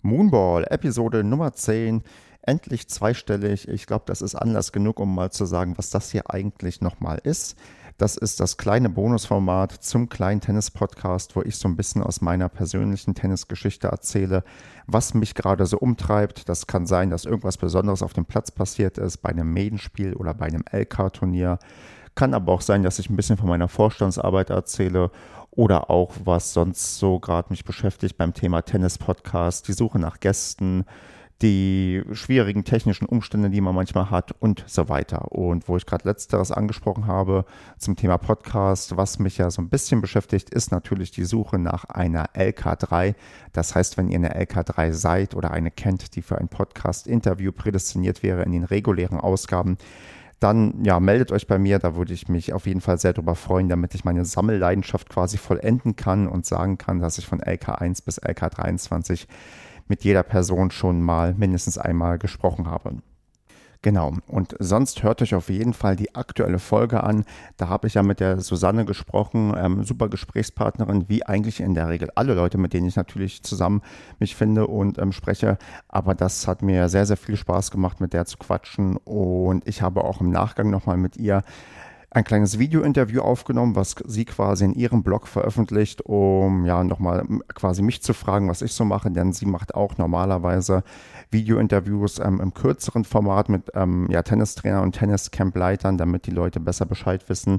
Moonball, Episode Nummer 10, endlich zweistellig. Ich glaube, das ist Anlass genug, um mal zu sagen, was das hier eigentlich nochmal ist. Das ist das kleine Bonusformat zum kleinen Tennis-Podcast, wo ich so ein bisschen aus meiner persönlichen Tennisgeschichte erzähle, was mich gerade so umtreibt. Das kann sein, dass irgendwas Besonderes auf dem Platz passiert ist, bei einem Maidenspiel oder bei einem LK-Turnier. Kann aber auch sein, dass ich ein bisschen von meiner Vorstandsarbeit erzähle oder auch, was sonst so gerade mich beschäftigt beim Thema Tennis-Podcast, die Suche nach Gästen, die schwierigen technischen Umstände, die man manchmal hat und so weiter. Und wo ich gerade letzteres angesprochen habe zum Thema Podcast, was mich ja so ein bisschen beschäftigt, ist natürlich die Suche nach einer LK3. Das heißt, wenn ihr eine LK3 seid oder eine kennt, die für ein Podcast-Interview prädestiniert wäre in den regulären Ausgaben, dann ja, meldet euch bei mir, da würde ich mich auf jeden Fall sehr drüber freuen, damit ich meine Sammelleidenschaft quasi vollenden kann und sagen kann, dass ich von LK1 bis LK23 mit jeder Person schon mal mindestens einmal gesprochen habe. Genau, und sonst hört euch auf jeden Fall die aktuelle Folge an. Da habe ich ja mit der Susanne gesprochen, super Gesprächspartnerin, wie eigentlich in der Regel alle Leute, mit denen ich natürlich zusammen mich finde und spreche. Aber das hat mir sehr, sehr viel Spaß gemacht, mit der zu quatschen. Und ich habe auch im Nachgang nochmal mit ihr ein kleines Video-Interview aufgenommen, was sie quasi in ihrem Blog veröffentlicht, um ja nochmal quasi mich zu fragen, was ich so mache, denn sie macht auch normalerweise Video-Interviews im kürzeren Format mit ja, Tennistrainer und Tenniscamp-Leitern, damit die Leute besser Bescheid wissen,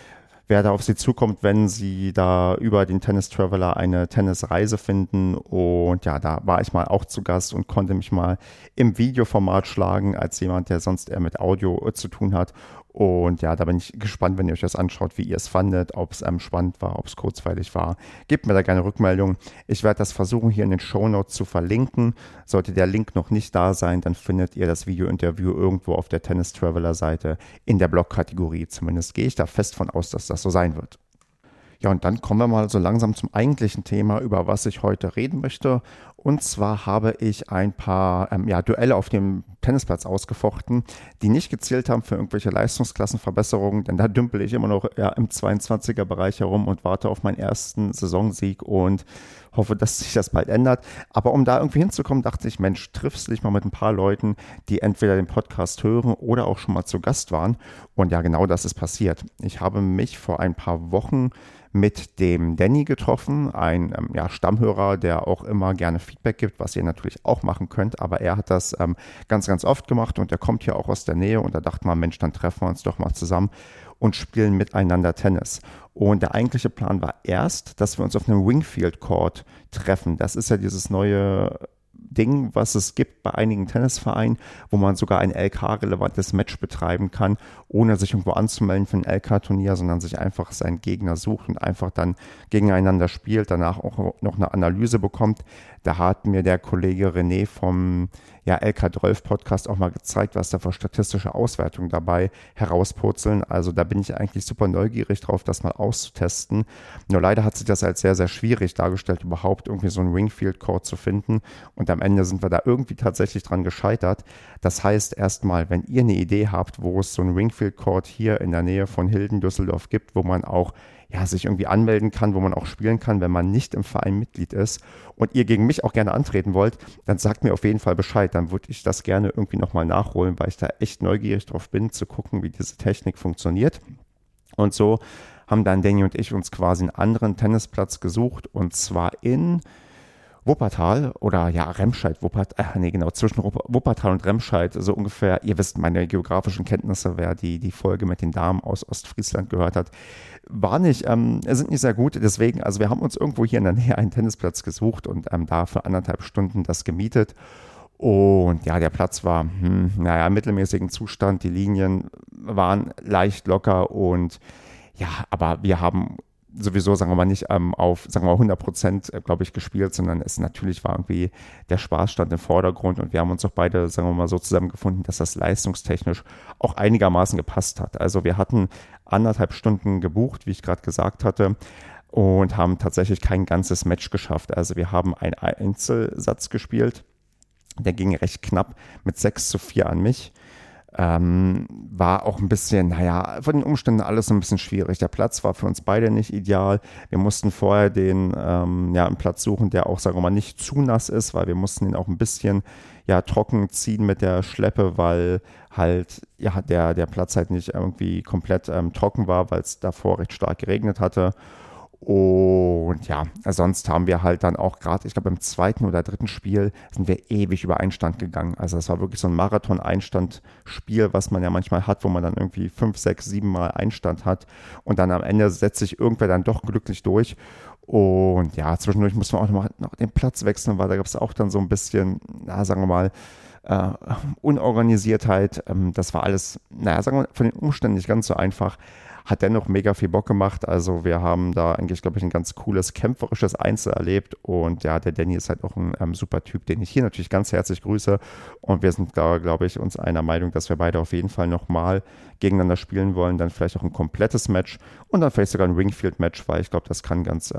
wer da auf sie zukommt, wenn sie da über den Tennis Traveler eine Tennisreise finden. Und ja, da war ich mal auch zu Gast und konnte mich mal im Videoformat schlagen, als jemand, der sonst eher mit Audio zu tun hat. Und ja, da bin ich gespannt, wenn ihr euch das anschaut, wie ihr es fandet, ob es spannend war, ob es kurzweilig war. Gebt mir da gerne Rückmeldung. Ich werde das versuchen, hier in den Shownotes zu verlinken. Sollte der Link noch nicht da sein, dann findet ihr das Video-Interview irgendwo auf der Tennis Traveler-Seite in der Blog-Kategorie. Zumindest gehe ich da fest von aus, dass das so sein wird. Ja, und dann kommen wir mal so langsam zum eigentlichen Thema, über was ich heute reden möchte. Und zwar habe ich ein paar ja, Duelle auf dem Tennisplatz ausgefochten, die nicht gezielt haben für irgendwelche Leistungsklassenverbesserungen, denn da dümpel ich immer noch ja, im 22er-Bereich herum und warte auf meinen ersten Saisonsieg und hoffe, dass sich das bald ändert. Aber um da irgendwie hinzukommen, dachte ich, Mensch, triffst dich mal mit ein paar Leuten, die entweder den Podcast hören oder auch schon mal zu Gast waren. Und ja, genau das ist passiert. Ich habe mich vor ein paar Wochen mit dem Danny getroffen, ein ja, Stammhörer, der auch immer gerne Feedback gibt, was ihr natürlich auch machen könnt, aber er hat das ganz, ganz oft gemacht und er kommt hier auch aus der Nähe und da dachte man, Mensch, dann treffen wir uns doch mal zusammen und spielen miteinander Tennis. Und der eigentliche Plan war erst, dass wir uns auf einem Wingfield Court treffen. Das ist ja dieses neue Ding, was es gibt bei einigen Tennisvereinen, wo man sogar ein LK-relevantes Match betreiben kann, ohne sich irgendwo anzumelden für ein LK-Turnier, sondern sich einfach seinen Gegner sucht und einfach dann gegeneinander spielt, danach auch noch eine Analyse bekommt. Da hat mir der Kollege René vom ja, LK12-Podcast auch mal gezeigt, was da für statistische Auswertungen dabei herauspurzeln. Also da bin ich eigentlich super neugierig drauf, das mal auszutesten. Nur leider hat sich das als sehr, sehr schwierig dargestellt, überhaupt irgendwie so einen Wingfield-Court zu finden. Und am Ende sind wir da irgendwie tatsächlich dran gescheitert. Das heißt erstmal, wenn ihr eine Idee habt, wo es so einen Wingfield-Court hier in der Nähe von Hilden, Düsseldorf gibt, wo man auch ja, sich irgendwie anmelden kann, wo man auch spielen kann, wenn man nicht im Verein Mitglied ist und ihr gegen mich auch gerne antreten wollt, dann sagt mir auf jeden Fall Bescheid. Dann würde ich das gerne irgendwie nochmal nachholen, weil ich da echt neugierig drauf bin, zu gucken, wie diese Technik funktioniert. Und so haben dann Danny und ich uns quasi einen anderen Tennisplatz gesucht und zwar in Wuppertal oder ja, Remscheid, zwischen Wuppertal und Remscheid, so ungefähr, ihr wisst meine geografischen Kenntnisse, wer die Folge mit den Damen aus Ostfriesland gehört hat, sind nicht sehr gut, deswegen, also wir haben uns irgendwo hier in der Nähe einen Tennisplatz gesucht und da für 1,5 Stunden das gemietet und ja, der Platz war, im mittelmäßigen Zustand, die Linien waren leicht locker und ja, aber wir haben sowieso, sagen wir mal, nicht auf, sagen wir mal, 100%, glaube ich, gespielt, sondern es natürlich war irgendwie, der Spaß stand im Vordergrund und wir haben uns auch beide, sagen wir mal, so zusammengefunden, dass das leistungstechnisch auch einigermaßen gepasst hat. Also wir hatten 1,5 Stunden gebucht, wie ich gerade gesagt hatte, und haben tatsächlich kein ganzes Match geschafft. Also wir haben einen Einzelsatz gespielt, der ging recht knapp mit 6:4 an mich. war auch ein bisschen, naja, von den Umständen alles so ein bisschen schwierig. Der Platz war für uns beide nicht ideal. Wir mussten vorher einen Platz suchen, der auch, sagen wir mal, nicht zu nass ist, weil wir mussten ihn auch ein bisschen trocken ziehen mit der Schleppe, weil halt der Platz halt nicht irgendwie komplett trocken war, weil es davor recht stark geregnet hatte. Und ja, sonst haben wir halt dann auch gerade, ich glaube im zweiten oder dritten Spiel sind wir ewig über Einstand gegangen. Also das war wirklich so ein Marathon-Einstand-Spiel, was man ja manchmal hat, wo man dann irgendwie 5, 6, 7 Mal Einstand hat und dann am Ende setzt sich irgendwer dann doch glücklich durch. Und ja, zwischendurch mussten wir auch noch den Platz wechseln, weil da gab es auch dann so ein bisschen, sagen wir mal, äh, Unorganisiertheit. Das war alles, sagen wir mal, von den Umständen nicht ganz so einfach. Hat dennoch mega viel Bock gemacht. Also wir haben da eigentlich, glaube ich, ein ganz cooles, kämpferisches Einzel erlebt. Und ja, der Danny ist halt auch ein super Typ, den ich hier natürlich ganz herzlich grüße. Und wir sind da, glaube ich, uns einer Meinung, dass wir beide auf jeden Fall nochmal gegeneinander spielen wollen. Dann vielleicht auch ein komplettes Match und dann vielleicht sogar ein Ringfield-Match, weil ich glaube, das kann ganz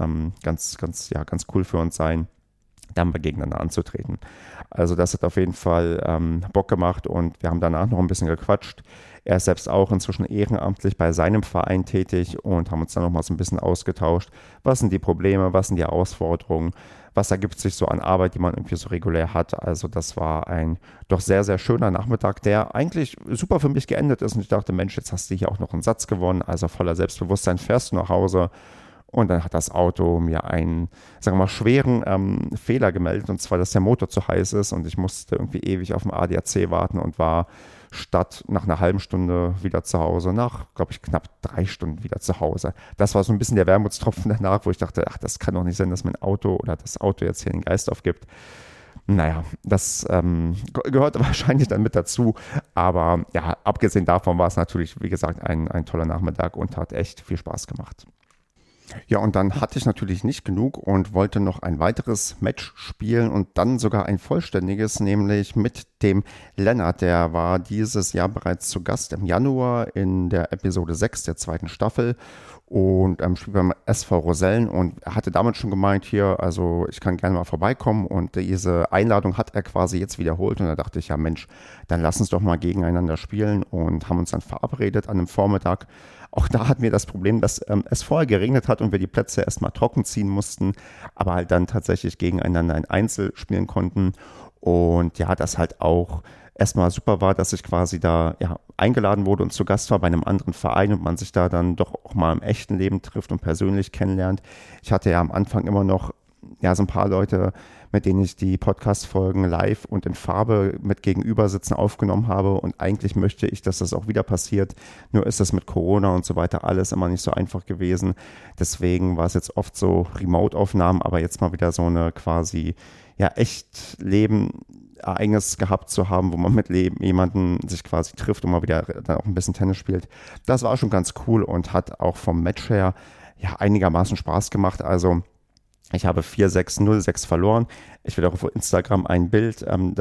cool für uns sein, dann mal gegeneinander anzutreten. Also das hat auf jeden Fall Bock gemacht und wir haben danach noch ein bisschen gequatscht. Er ist selbst auch inzwischen ehrenamtlich bei seinem Verein tätig und haben uns dann noch mal so ein bisschen ausgetauscht. Was sind die Probleme, was sind die Herausforderungen, was ergibt sich so an Arbeit, die man irgendwie so regulär hat. Also das war ein doch sehr, sehr schöner Nachmittag, der eigentlich super für mich geendet ist. Und ich dachte, Mensch, jetzt hast du hier auch noch einen Satz gewonnen. Also voller Selbstbewusstsein fährst du nach Hause. Und dann hat das Auto mir einen, sagen wir mal, schweren Fehler gemeldet, und zwar, dass der Motor zu heiß ist und ich musste irgendwie ewig auf dem ADAC warten und war statt nach einer halben Stunde wieder zu Hause, nach, glaube ich, knapp 3 Stunden wieder zu Hause. Das war so ein bisschen der Wermutstropfen danach, wo ich dachte, ach, das kann doch nicht sein, dass mein Auto oder das Auto jetzt hier den Geist aufgibt. Naja, das gehört wahrscheinlich dann mit dazu, aber ja, abgesehen davon war es natürlich, wie gesagt, ein toller Nachmittag und hat echt viel Spaß gemacht. Ja, und dann hatte ich natürlich nicht genug und wollte noch ein weiteres Match spielen und dann sogar ein vollständiges, nämlich mit dem Lennart. Der war dieses Jahr bereits zu Gast im Januar in der Episode 6 der zweiten Staffel und spielt beim SV Rosellen und er hatte damals schon gemeint, hier, also ich kann gerne mal vorbeikommen und diese Einladung hat er quasi jetzt wiederholt und da dachte ich, ja Mensch, dann lass uns doch mal gegeneinander spielen und haben uns dann verabredet an einem Vormittag. Auch da hatten wir das Problem, dass es vorher geregnet hat und wir die Plätze erstmal trocken ziehen mussten, aber halt dann tatsächlich gegeneinander ein Einzel spielen konnten. Und ja, das halt auch erstmal super war, dass ich quasi da eingeladen wurde und zu Gast war bei einem anderen Verein und man sich da dann doch auch mal im echten Leben trifft und persönlich kennenlernt. Ich hatte ja am Anfang immer noch so ein paar Leute, mit denen ich die Podcast-Folgen live und in Farbe mit Gegenübersitzen aufgenommen habe. Und eigentlich möchte ich, dass das auch wieder passiert. Nur ist das mit Corona und so weiter alles immer nicht so einfach gewesen. Deswegen war es jetzt oft so Remote-Aufnahmen, aber jetzt mal wieder so eine quasi echt Leben-Ereignis gehabt zu haben, wo man mit jemandem sich quasi trifft und mal wieder dann auch ein bisschen Tennis spielt. Das war schon ganz cool und hat auch vom Match her einigermaßen Spaß gemacht. Also ich habe 4-6, 0-6 verloren. Ich werde auch auf Instagram ein Bild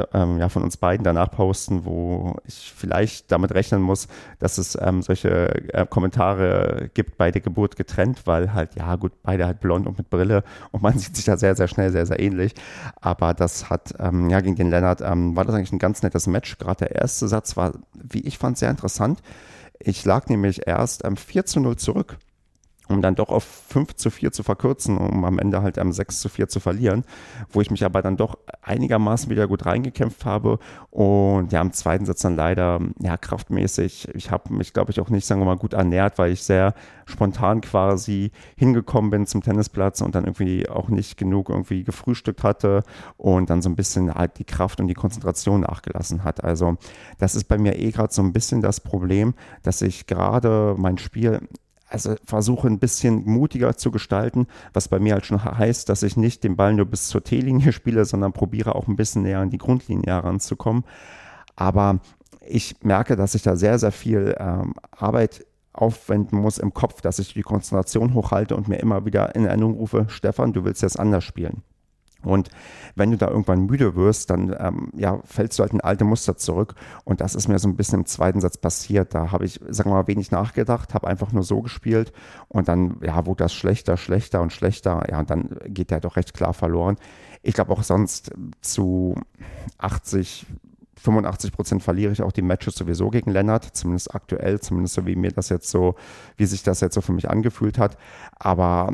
von uns beiden danach posten, wo ich vielleicht damit rechnen muss, dass es solche Kommentare gibt, bei der Geburt getrennt, weil halt, beide halt blond und mit Brille und man sieht sich da sehr, sehr schnell, sehr, sehr ähnlich. Aber das hat, gegen den Lennart war das eigentlich ein ganz nettes Match. Gerade der erste Satz war, wie ich fand, sehr interessant. Ich lag nämlich erst 4-0 zurück, um dann doch auf 5-4 zu verkürzen, um am Ende halt 6-4 zu verlieren, wo ich mich aber dann doch einigermaßen wieder gut reingekämpft habe und am zweiten Satz dann leider, kraftmäßig, ich habe mich, glaube ich, auch nicht, sagen wir mal, gut ernährt, weil ich sehr spontan quasi hingekommen bin zum Tennisplatz und dann irgendwie auch nicht genug irgendwie gefrühstückt hatte und dann so ein bisschen halt die Kraft und die Konzentration nachgelassen hat. Also das ist bei mir gerade so ein bisschen das Problem, dass ich gerade mein Spiel versuche ein bisschen mutiger zu gestalten, was bei mir halt schon heißt, dass ich nicht den Ball nur bis zur T-Linie spiele, sondern probiere auch ein bisschen näher an die Grundlinie heranzukommen. Aber ich merke, dass ich da sehr, sehr viel Arbeit aufwenden muss im Kopf, dass ich die Konzentration hochhalte und mir immer wieder in Erinnerung rufe, Stefan, du willst jetzt anders spielen. Und wenn du da irgendwann müde wirst, dann fällst du halt in alte Muster zurück. Und das ist mir so ein bisschen im zweiten Satz passiert. Da habe ich, sagen wir mal, wenig nachgedacht, habe einfach nur so gespielt. Und dann wurde das schlechter und schlechter. Ja, und dann geht der doch recht klar verloren. Ich glaube auch sonst zu 80, 85% verliere ich auch die Matches sowieso gegen Lennart, zumindest aktuell, zumindest so wie sich das jetzt so für mich angefühlt hat. Aber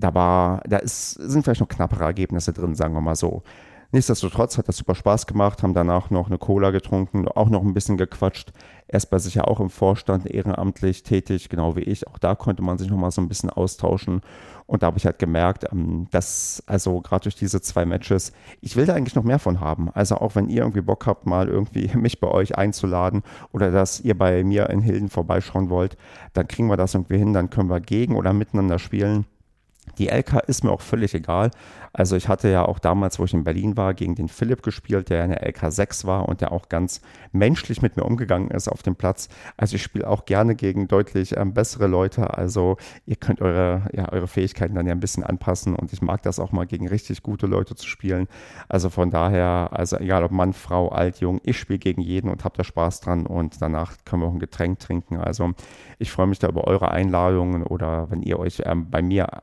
sind vielleicht noch knappere Ergebnisse drin, sagen wir mal so. Nichtsdestotrotz hat das super Spaß gemacht, haben danach noch eine Cola getrunken, auch noch ein bisschen gequatscht. Er ist bei sich ja auch im Vorstand ehrenamtlich tätig, genau wie ich. Auch da konnte man sich noch mal so ein bisschen austauschen. Und da habe ich halt gemerkt, dass, also gerade durch diese 2 Matches, ich will da eigentlich noch mehr von haben. Also auch wenn ihr irgendwie Bock habt, mal irgendwie mich bei euch einzuladen oder dass ihr bei mir in Hilden vorbeischauen wollt, dann kriegen wir das irgendwie hin, dann können wir gegen oder miteinander spielen. Die LK ist mir auch völlig egal. Also ich hatte ja auch damals, wo ich in Berlin war, gegen den Philipp gespielt, der in der LK 6 war und der auch ganz menschlich mit mir umgegangen ist auf dem Platz. Also ich spiele auch gerne gegen deutlich bessere Leute. Also ihr könnt eure Fähigkeiten dann ja ein bisschen anpassen und ich mag das auch mal gegen richtig gute Leute zu spielen. Also von daher, also egal ob Mann, Frau, alt, jung, ich spiele gegen jeden und habe da Spaß dran und danach können wir auch ein Getränk trinken. Also ich freue mich da über eure Einladungen oder wenn ihr euch bei mir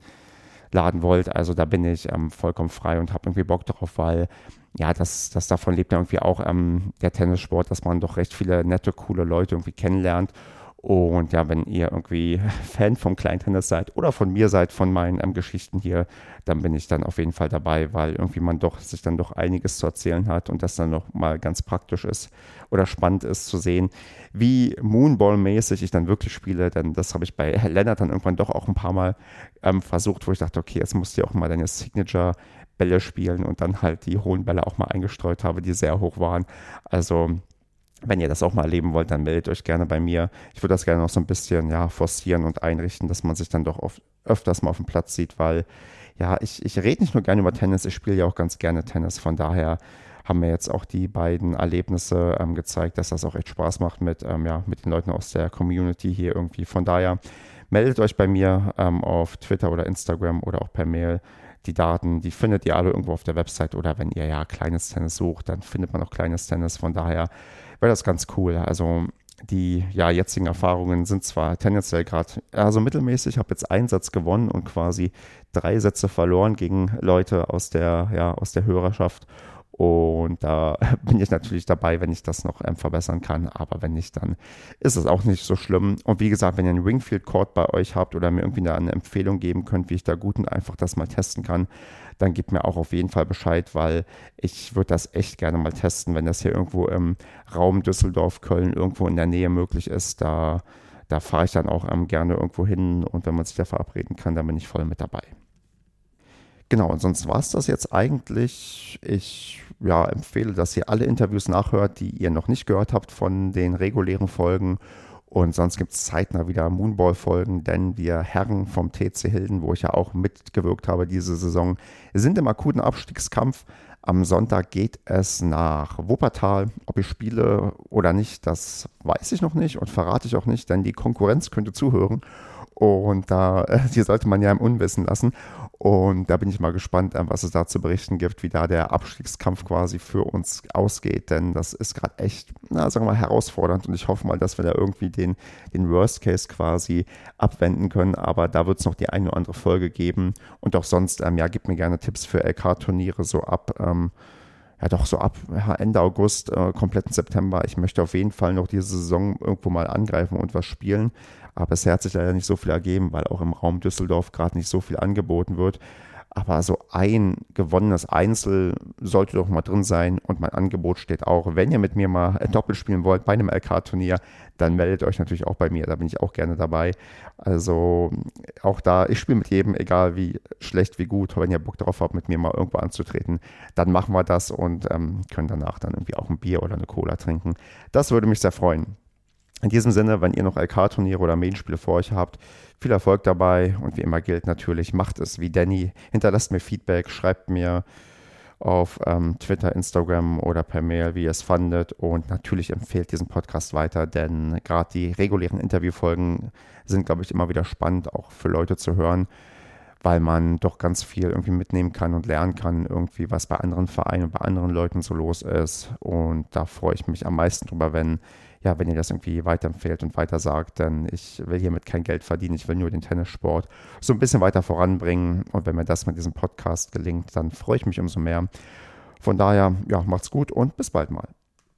einladen wollt. Also da bin ich vollkommen frei und habe irgendwie Bock drauf, weil ja, das davon lebt ja irgendwie auch der Tennissport, dass man doch recht viele nette, coole Leute irgendwie kennenlernt. Und ja, wenn ihr irgendwie Fan vom Kleintennis seid oder von mir seid, von meinen Geschichten hier, dann bin ich dann auf jeden Fall dabei, weil irgendwie man sich dann doch einiges zu erzählen hat und das dann noch mal ganz praktisch ist oder spannend ist zu sehen, wie Moonball-mäßig ich dann wirklich spiele, denn das habe ich bei Lennart dann irgendwann doch auch ein paar Mal versucht, wo ich dachte, okay, jetzt musst du ja auch mal deine Signature-Bälle spielen und dann halt die hohen Bälle auch mal eingestreut habe, die sehr hoch waren. Also wenn ihr das auch mal erleben wollt, dann meldet euch gerne bei mir. Ich würde das gerne noch so ein bisschen forcieren und einrichten, dass man sich dann doch öfters mal auf dem Platz sieht, weil ja, ich rede nicht nur gerne über Tennis, ich spiele ja auch ganz gerne Tennis. Von daher haben mir jetzt auch die beiden Erlebnisse gezeigt, dass das auch echt Spaß macht mit den Leuten aus der Community hier irgendwie. Von daher meldet euch bei mir auf Twitter oder Instagram oder auch per Mail. Die Daten, die findet ihr alle irgendwo auf der Website oder wenn ihr ja kleines Tennis sucht, dann findet man auch kleines Tennis. Von daher wäre das ganz cool. Also die jetzigen Erfahrungen sind zwar tendenziell gerade mittelmäßig. Ich habe jetzt einen Satz gewonnen und quasi 3 Sätze verloren gegen Leute aus der Hörerschaft. Und da bin ich natürlich dabei, wenn ich das noch verbessern kann. Aber wenn nicht, dann ist es auch nicht so schlimm. Und wie gesagt, wenn ihr einen Ringfield Court bei euch habt oder mir irgendwie eine Empfehlung geben könnt, wie ich da gut und einfach das mal testen kann, dann gebt mir auch auf jeden Fall Bescheid, weil ich würde das echt gerne mal testen, wenn das hier irgendwo im Raum Düsseldorf, Köln irgendwo in der Nähe möglich ist. Da fahre ich dann auch gerne irgendwo hin und wenn man sich da verabreden kann, dann bin ich voll mit dabei. Genau, und sonst war es das jetzt eigentlich. Ich empfehle, dass ihr alle Interviews nachhört, die ihr noch nicht gehört habt von den regulären Folgen. Und sonst gibt es zeitnah wieder Moonball-Folgen, denn wir Herren vom TC Hilden, wo ich ja auch mitgewirkt habe diese Saison, sind im akuten Abstiegskampf. Am Sonntag geht es nach Wuppertal. Ob ich spiele oder nicht, das weiß ich noch nicht und verrate ich auch nicht, denn die Konkurrenz könnte zuhören. Und die sollte man ja im Unwissen lassen. Und da bin ich mal gespannt, was es da zu berichten gibt, wie da der Abstiegskampf quasi für uns ausgeht. Denn das ist gerade echt, sagen wir mal, herausfordernd. Und ich hoffe mal, dass wir da irgendwie den Worst Case quasi abwenden können. Aber da wird es noch die eine oder andere Folge geben. Und auch sonst, gebt mir gerne Tipps für LK-Turniere so ab Ende August, kompletten September. Ich möchte auf jeden Fall noch diese Saison irgendwo mal angreifen und was spielen. Aber bisher hat sich leider nicht so viel ergeben, weil auch im Raum Düsseldorf gerade nicht so viel angeboten wird. Aber so ein gewonnenes Einzel sollte doch mal drin sein und mein Angebot steht auch. Wenn ihr mit mir mal Doppel spielen wollt bei einem LK-Turnier, dann meldet euch natürlich auch bei mir. Da bin ich auch gerne dabei. Also auch da, ich spiele mit jedem, egal wie schlecht, wie gut. Wenn ihr Bock darauf habt, mit mir mal irgendwo anzutreten, dann machen wir das und können danach dann irgendwie auch ein Bier oder eine Cola trinken. Das würde mich sehr freuen. In diesem Sinne, wenn ihr noch LK-Turniere oder Main-Spiele vor euch habt, viel Erfolg dabei und wie immer gilt natürlich, macht es wie Danny, hinterlasst mir Feedback, schreibt mir auf Twitter, Instagram oder per Mail, wie ihr es fandet und natürlich empfehlt diesen Podcast weiter, denn gerade die regulären Interviewfolgen sind, glaube ich, immer wieder spannend, auch für Leute zu hören, weil man doch ganz viel irgendwie mitnehmen kann und lernen kann, irgendwie was bei anderen Vereinen und bei anderen Leuten so los ist und da freue ich mich am meisten drüber, wenn ihr das irgendwie weiterempfehlt und weiter sagt, denn ich will hiermit kein Geld verdienen, ich will nur den Tennissport so ein bisschen weiter voranbringen und wenn mir das mit diesem Podcast gelingt, dann freue ich mich umso mehr. Von daher, macht's gut und bis bald mal.